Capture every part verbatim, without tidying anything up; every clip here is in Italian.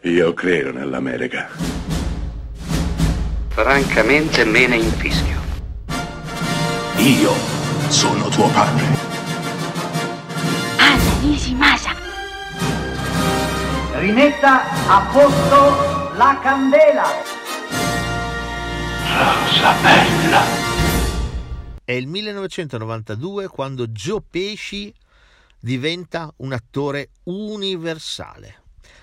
Io credo nell'America. Francamente me ne infischio. Io sono tuo padre. Anna Nishimasa. Rimetta a posto la candela. Rosa bella. È il millenovecentonovantadue quando Joe Pesci diventa un attore universale.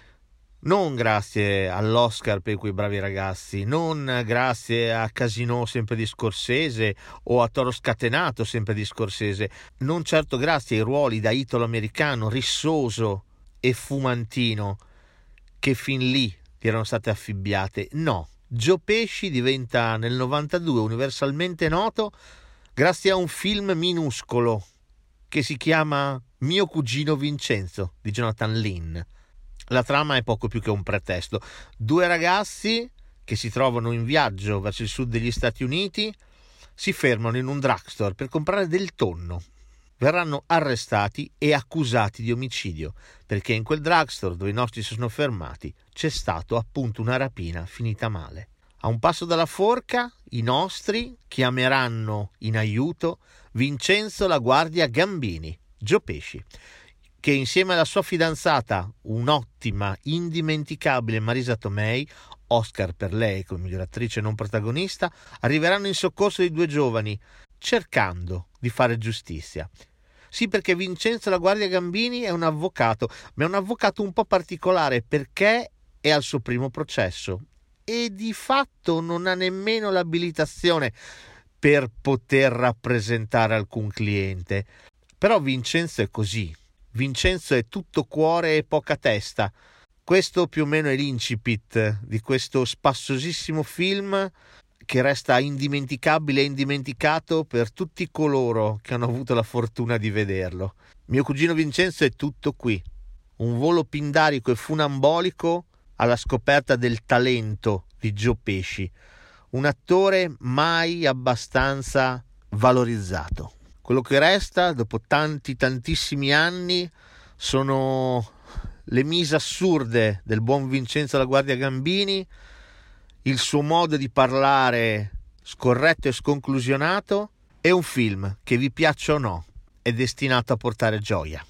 Non grazie all'Oscar per quei bravi ragazzi, non grazie a Casino sempre di Scorsese o a Toro Scatenato sempre di Scorsese, non certo grazie ai ruoli da italo-americano rissoso e fumantino che fin lì gli erano state affibbiate. No, Joe Pesci diventa nel novantadue universalmente noto grazie a un film minuscolo che si chiama Mio cugino Vincenzo di Jonathan Lynn. La trama è poco più che un pretesto. Due ragazzi che si trovano in viaggio verso il sud degli Stati Uniti si fermano in un drugstore per comprare del tonno. Verranno arrestati e accusati di omicidio, perché in quel drugstore dove i nostri si sono fermati c'è stato appunto una rapina finita male. A un passo dalla forca, i nostri chiameranno in aiuto Vincenzo La Guardia Gambini, Joe Pesci, che insieme alla sua fidanzata, un'ottima, indimenticabile Marisa Tomei, Oscar per lei come miglior attrice non protagonista, arriveranno in soccorso dei due giovani, cercando di fare giustizia. Sì, perché Vincenzo La Guardia Gambini è un avvocato, ma è un avvocato un po' particolare perché è al suo primo processo e di fatto non ha nemmeno l'abilitazione per poter rappresentare alcun cliente. Però Vincenzo è così. Vincenzo è tutto cuore e poca testa. Questo più o meno è l'incipit di questo spassosissimo film che resta indimenticabile e indimenticato per tutti coloro che hanno avuto la fortuna di vederlo. Mio cugino Vincenzo è tutto qui. Un volo pindarico e funambolico alla scoperta del talento di Joe Pesci, un attore mai abbastanza valorizzato. Quello che resta dopo tanti tantissimi anni sono le mise assurde del buon Vincenzo La Guardia Gambini, il suo modo di parlare scorretto e sconclusionato, e un film che, vi piaccia o no, è destinato a portare gioia.